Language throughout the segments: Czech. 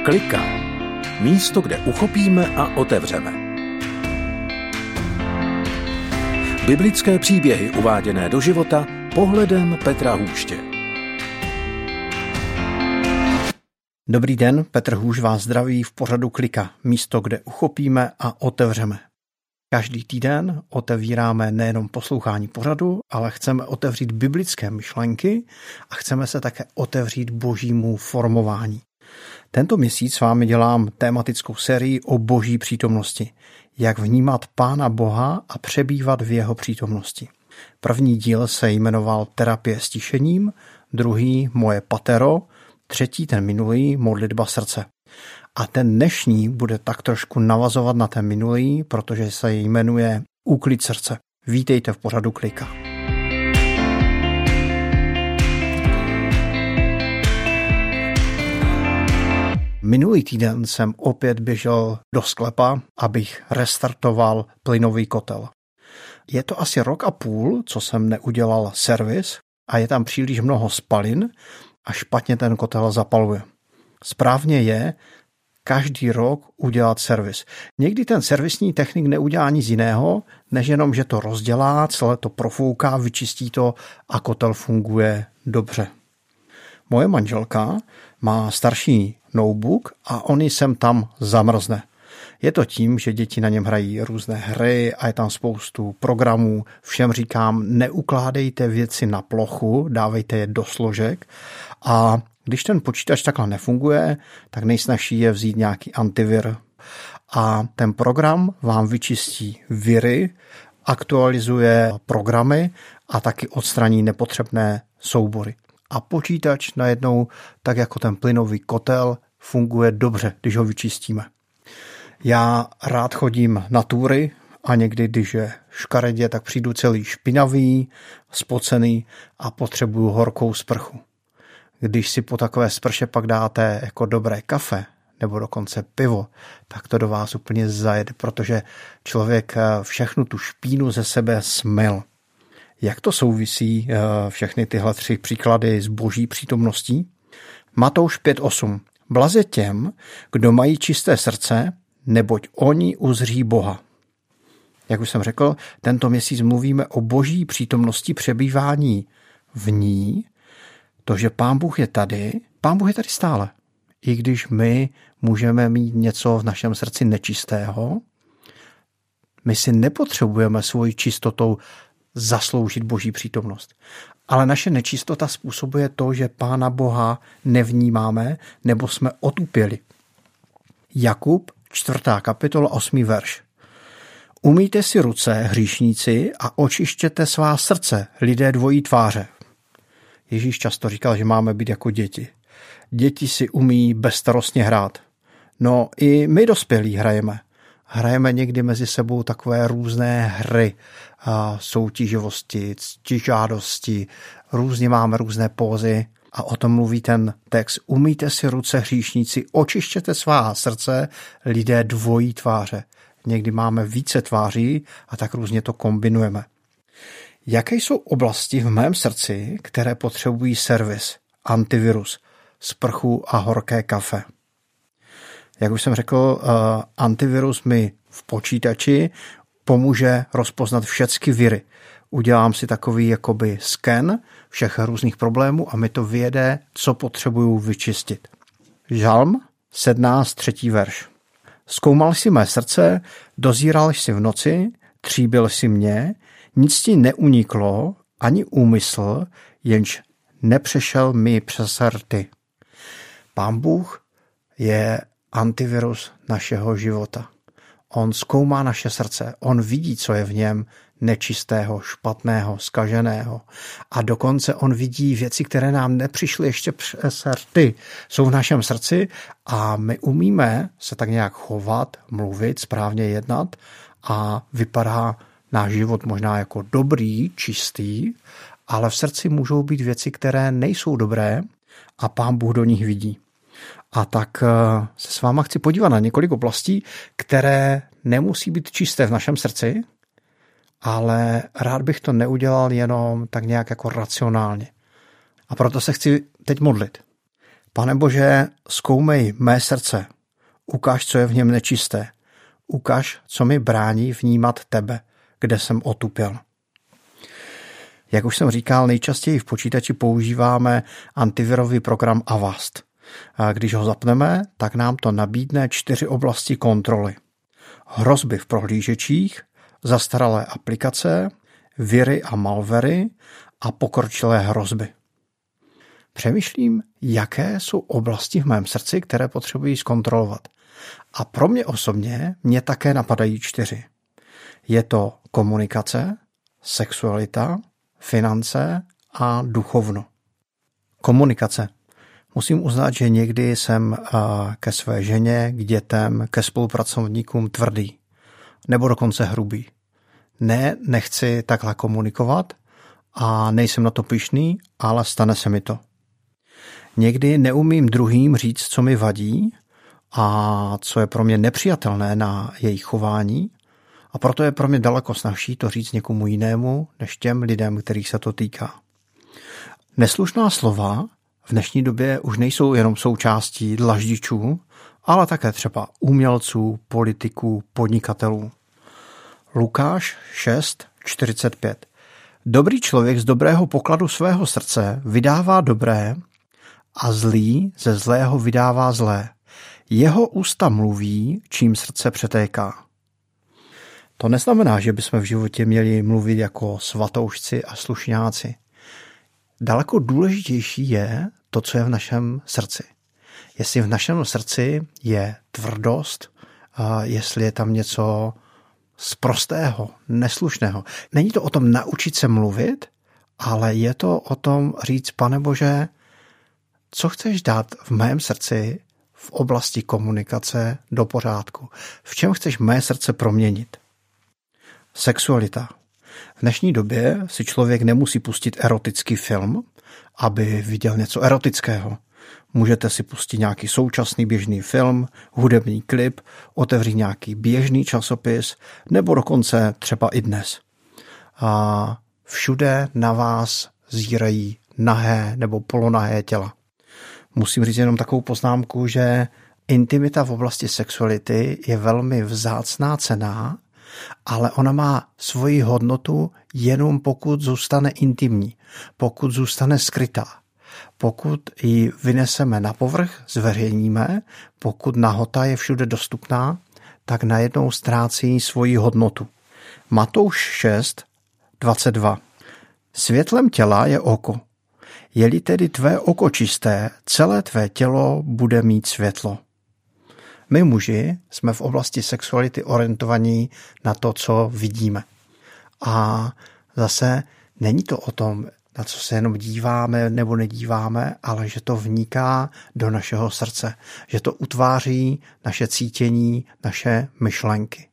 Klika. Místo, kde uchopíme a otevřeme. Biblické příběhy uváděné do života pohledem Petra Hůště. Dobrý den, Petr Hůš vás zdraví v pořadu Klika. Místo, kde uchopíme a otevřeme. Každý týden otevíráme nejenom poslouchání pořadu, ale chceme otevřít biblické myšlenky a chceme se také otevřít božímu formování. Tento měsíc s vámi dělám tematickou sérii o boží přítomnosti. Jak vnímat Pána Boha a přebývat v jeho přítomnosti. První díl se jmenoval Terapie s tišením, druhý Moje patero, třetí, ten minulý, Modlitba srdce. A ten dnešní bude tak trošku navazovat na ten minulý, protože se jmenuje Úklid srdce. Vítejte v pořadu Klika. Minulý týden jsem opět běžel do sklepa, abych restartoval plynový kotel. Je to asi rok a půl, co jsem neudělal servis a je tam příliš mnoho spalin a špatně ten kotel zapaluje. Správně je každý rok udělat servis. Někdy ten servisní technik neudělá nic jiného, než jenom, že to rozdělá, celé to profouká, vyčistí to a kotel funguje dobře. Moje manželka má starší notebook a on ji sem tam zamrzne. Je to tím, že děti na něm hrají různé hry a je tam spoustu programů. Všem říkám, neukládejte věci na plochu, dávejte je do složek a když ten počítač takhle nefunguje, tak nejsnažší je vzít nějaký antivir. A ten program vám vyčistí viry, aktualizuje programy a taky odstraní nepotřebné soubory. A počítač najednou, tak jako ten plynový kotel, funguje dobře, když ho vyčistíme. Já rád chodím na túry a někdy, když je škaredě, tak přijdu celý špinavý, spocený a potřebuju horkou sprchu. Když si po takové sprše pak dáte jako dobré kafe nebo dokonce pivo, tak to do vás úplně zajede, protože člověk všechnu tu špínu ze sebe smyl. Jak to souvisí všechny tyhle tři příklady s boží přítomností? Matouš 5.8. Blaze těm, kdo mají čisté srdce, neboť oni uzří Boha. Jak už jsem řekl, tento měsíc mluvíme o boží přítomnosti, přebývání v ní. To, že Pán Bůh je tady stále. I když my můžeme mít něco v našem srdci nečistého, my si nepotřebujeme svojí čistotou zasloužit boží přítomnost. Ale naše nečistota způsobuje to, že Pána Boha nevnímáme nebo jsme otupěli. Jakub, 4. kapitola, 8. verš. Umýjte si ruce, hříšníci, a očištěte svá srdce, lidé dvojí tváře. Ježíš často říkal, že máme být jako děti. Děti si umí bezstarostně hrát. No i my dospělí hrajeme. Hrajeme někdy mezi sebou takové různé hry, soutěživosti, ctižádosti, různě máme různé pózy a o tom mluví ten text. Umýjte si ruce, hříšníci, očištěte svá srdce, lidé dvojí tváře. Někdy máme více tváří a tak různě to kombinujeme. Jaké jsou oblasti v mém srdci, které potřebují servis, antivirus, sprchu a horké kafe? Jak už jsem řekl, antivirus mi v počítači pomůže rozpoznat všechny viry. Udělám si takový jakoby sken všech různých problémů a mi to vyjede, co potřebuju vyčistit. Žalm 17, 3. verš. Zkoumal jsi mé srdce, dozíral jsi v noci, tříbil jsi mě, nic ti neuniklo, ani úmysl, jenž nepřešel mi přes rty. Pán Bůh je antivirus našeho života. On zkoumá naše srdce, on vidí, co je v něm nečistého, špatného, zkaženého. A dokonce on vidí věci, které nám nepřišly ještě přes rty. Jsou v našem srdci a my umíme se tak nějak chovat, mluvit, správně jednat a vypadá náš život možná jako dobrý, čistý, ale v srdci můžou být věci, které nejsou dobré a Pán Bůh do nich vidí. A tak se s váma chci podívat na několik oblastí, které nemusí být čisté v našem srdci, ale rád bych to neudělal jenom tak nějak jako racionálně. A proto se chci teď modlit. Pane Bože, zkoumej mé srdce, ukaž, co je v něm nečisté, ukaž, co mi brání vnímat tebe, kde jsem otupěl. Jak už jsem říkal, nejčastěji v počítači používáme antivirový program Avast. A když ho zapneme, tak nám to nabídne 4 oblasti kontroly. Hrozby v prohlížečích, zastaralé aplikace, viry a malvery a pokročilé hrozby. Přemýšlím, jaké jsou oblasti v mém srdci, které potřebuji zkontrolovat. A pro mě osobně mě také napadají 4. Je to komunikace, sexualita, finance a duchovno. Komunikace. Musím uznat, že někdy jsem ke své ženě, k dětem, ke spolupracovníkům tvrdý. Nebo dokonce hrubý. Ne, nechci takhle komunikovat a nejsem na to pyšný, ale stane se mi to. Někdy neumím druhým říct, co mi vadí a co je pro mě nepřijatelné na jejich chování, a proto je pro mě daleko snazší to říct někomu jinému, než těm lidem, kterých se to týká. Neslušná slova v dnešní době už nejsou jenom součástí dlaždičů, ale také třeba umělců, politiků, podnikatelů. Lukáš 6:45. Dobrý člověk z dobrého pokladu svého srdce vydává dobré a zlý ze zlého vydává zlé. Jeho ústa mluví, čím srdce přetéká. To neznamená, že bychom v životě měli mluvit jako svatoušci a slušňáci. Daleko důležitější je to, co je v našem srdci. Jestli v našem srdci je tvrdost, jestli je tam něco sprostého, neslušného. Není to o tom naučit se mluvit, ale je to o tom říct, Pane Bože, co chceš dát v mém srdci v oblasti komunikace do pořádku? V čem chceš mé srdce proměnit? Sexualita. V dnešní době si člověk nemusí pustit erotický film, aby viděl něco erotického. Můžete si pustit nějaký současný běžný film, hudební klip, otevřít nějaký běžný časopis, nebo dokonce třeba i dnes. A všude na vás zírají nahé nebo polonahé těla. Musím říct jenom takovou poznámku, že intimita v oblasti sexuality je velmi vzácná cena, ale ona má svoji hodnotu jenom pokud zůstane intimní, pokud zůstane skrytá. Pokud ji vyneseme na povrch, zveřejníme, pokud nahota je všude dostupná, tak najednou ztrácí svoji hodnotu. Matouš 6:22. Světlem těla je oko. Je-li tedy tvé oko čisté, celé tvé tělo bude mít světlo. My muži jsme v oblasti sexuality orientovaní na to, co vidíme. A zase není to o tom, na co se jenom díváme nebo nedíváme, ale že to vniká do našeho srdce, že to utváří naše cítění, naše myšlenky.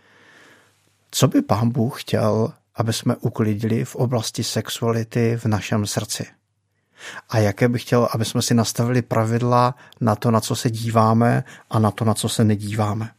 Co by Pán Bůh chtěl, aby jsme uklidili v oblasti sexuality v našem srdci? A jaké bych chtěl, aby jsme si nastavili pravidla na to, na co se díváme a na to, na co se nedíváme.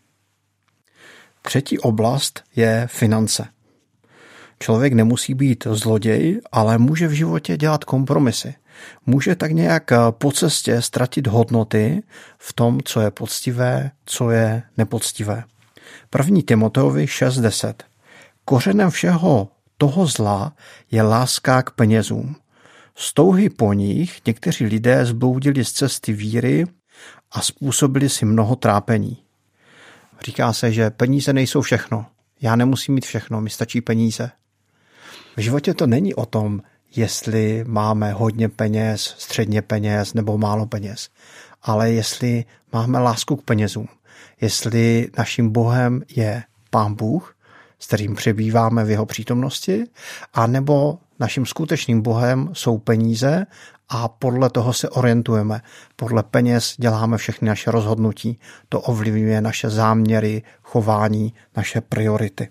Třetí oblast je finance. Člověk nemusí být zloděj, ale může v životě dělat kompromisy. Může tak nějak po cestě ztratit hodnoty v tom, co je poctivé, co je nepoctivé. 1. Timoteovi 6:10. Kořenem všeho toho zla je láska k penězům. Z touhy po nich někteří lidé zbloudili z cesty víry a způsobili si mnoho trápení. Říká se, že peníze nejsou všechno. Já nemusím mít všechno, mi stačí peníze. V životě to není o tom, jestli máme hodně peněz, středně peněz nebo málo peněz, ale jestli máme lásku k penězům. Jestli naším Bohem je Pán Bůh, s kterým přebýváme v jeho přítomnosti, anebo naším skutečným Bohem jsou peníze a podle toho se orientujeme. Podle peněz děláme všechny naše rozhodnutí. To ovlivňuje naše záměry, chování, naše priority.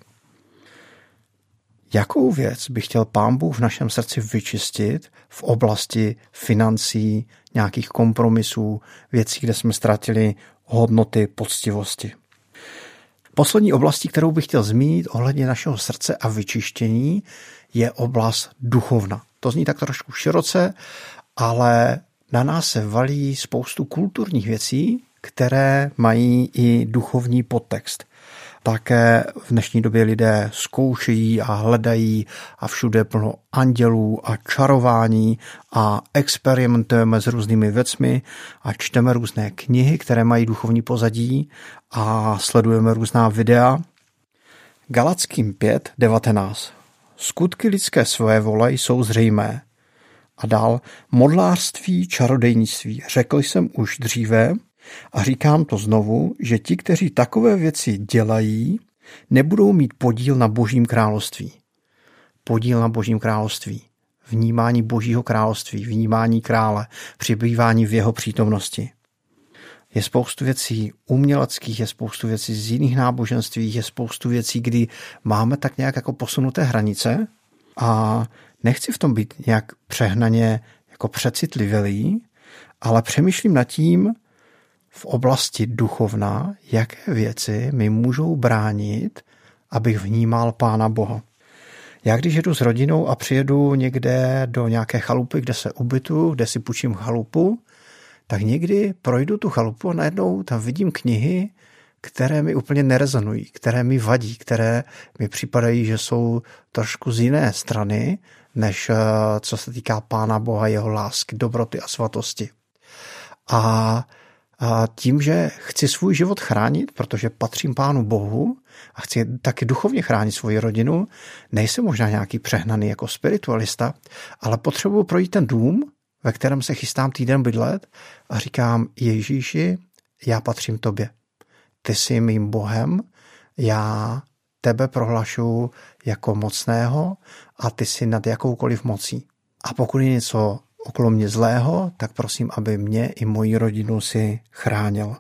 Jakou věc by chtěl Pán Bůh v našem srdci vyčistit v oblasti financí, nějakých kompromisů, věcí, kde jsme ztratili hodnoty, poctivosti? Poslední oblastí, kterou bych chtěl zmínit ohledně našeho srdce a vyčištění, je oblast duchovna. To zní tak trošku široce, ale na nás se valí spoustu kulturních věcí, které mají i duchovní podtext. Také v dnešní době lidé zkoušejí a hledají a všude plno andělů a čarování a experimentujeme s různými věcmi a čteme různé knihy, které mají duchovní pozadí a sledujeme různá videa. Galatským 5:19. Skutky lidské svévole jsou zřejmé. A dál modlářství, čarodejnictví. Řekl jsem už dříve a říkám to znovu, že ti, kteří takové věci dělají, nebudou mít podíl na Božím království. Podíl na Božím království. Vnímání Božího království, vnímání krále, přibývání v jeho přítomnosti. Je spoustu věcí uměleckých, je spoustu věcí z jiných náboženství, je spoustu věcí, kdy máme tak nějak jako posunuté hranice a nechci v tom být nějak přehnaně jako přecitlivělý, ale přemýšlím nad tím v oblasti duchovna, jaké věci mi můžou bránit, abych vnímal Pána Boha. Já když jedu s rodinou a přijedu někde do nějaké chalupy, kde se ubytuju, kde si půjčím chalupu, tak někdy projdu tu chalupu a najednou tam vidím knihy, které mi úplně nerezonují, které mi vadí, které mi připadají, že jsou trošku z jiné strany, než co se týká Pána Boha, jeho lásky, dobroty a svatosti. A tím, že chci svůj život chránit, protože patřím Pánu Bohu a chci taky duchovně chránit svoji rodinu, nejsem možná nějaký přehnaný jako spiritualista, ale potřebuji projít ten dům, ve kterém se chystám týden bydlet a říkám: Ježíši, já patřím tobě. Ty jsi mým Bohem, já tebe prohlašuji jako mocného a ty jsi nad jakoukoliv mocí. A pokud je něco okolo mě zlého, tak prosím, aby mě i moji rodinu si chránil.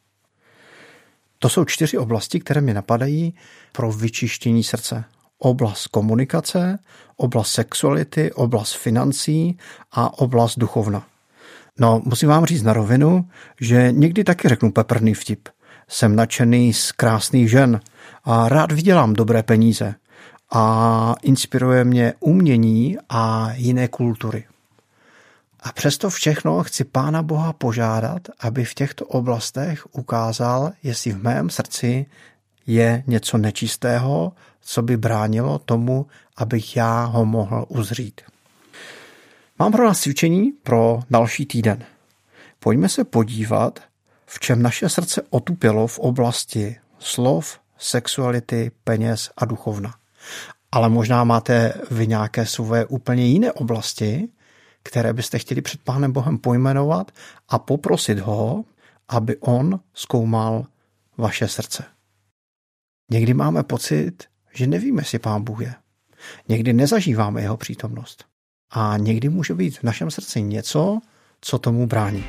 To jsou 4 oblasti, které mě napadají pro vyčištění srdce. Oblast komunikace, oblast sexuality, oblast financí a oblast duchovna. No, musím vám říct na rovinu, že někdy taky řeknu peprný vtip. Jsem nadšený z krásných žen a rád vydělám dobré peníze a inspiruje mě umění a jiné kultury. A přesto všechno chci Pána Boha požádat, aby v těchto oblastech ukázal, jestli v mém srdci je něco nečistého, co by bránilo tomu, abych já ho mohl uzřít. Mám pro nás cvičení pro další týden. Pojďme se podívat, v čem naše srdce otupělo v oblasti slov, sexuality, peněz a duchovna. Ale možná máte vy nějaké své úplně jiné oblasti, které byste chtěli před Pánem Bohem pojmenovat a poprosit ho, aby on zkoumal vaše srdce. Někdy máme pocit, že nevíme, jestli Pán Bůh je. Někdy nezažíváme jeho přítomnost. A někdy může být v našem srdci něco, co tomu brání.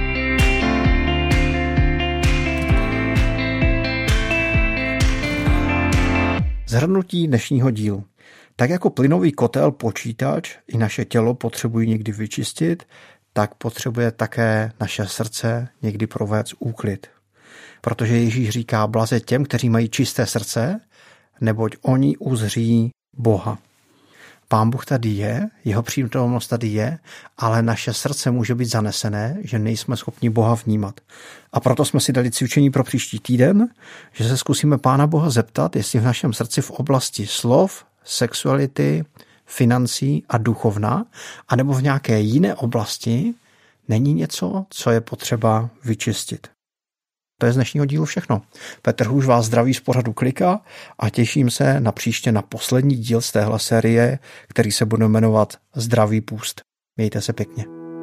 Shrnutí dnešního dílu. Tak jako plynový kotel počítač i naše tělo potřebují někdy vyčistit, tak potřebuje také naše srdce někdy provést úklid. Protože Ježíš říká: blaze těm, kteří mají čisté srdce, neboť oni uzří Boha. Pán Bůh tady je, jeho přítomnost tady je, ale naše srdce může být zanesené, že nejsme schopni Boha vnímat. A proto jsme si dali cvičení pro příští týden, že se zkusíme Pána Boha zeptat, jestli v našem srdci v oblasti slov, sexuality, financí a duchovna, anebo v nějaké jiné oblasti není něco, co je potřeba vyčistit. To je z dnešního dílu všechno. Petr Hůž vás zdraví z pořadu Klika a těším se na příště na poslední díl z téhle série, který se bude jmenovat Zdravý půst. Mějte se pěkně.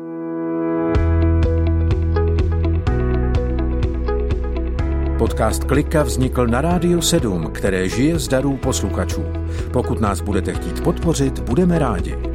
Podcast Klika vznikl na Rádiu 7, které žije z darů posluchačů. Pokud nás budete chtít podpořit, budeme rádi.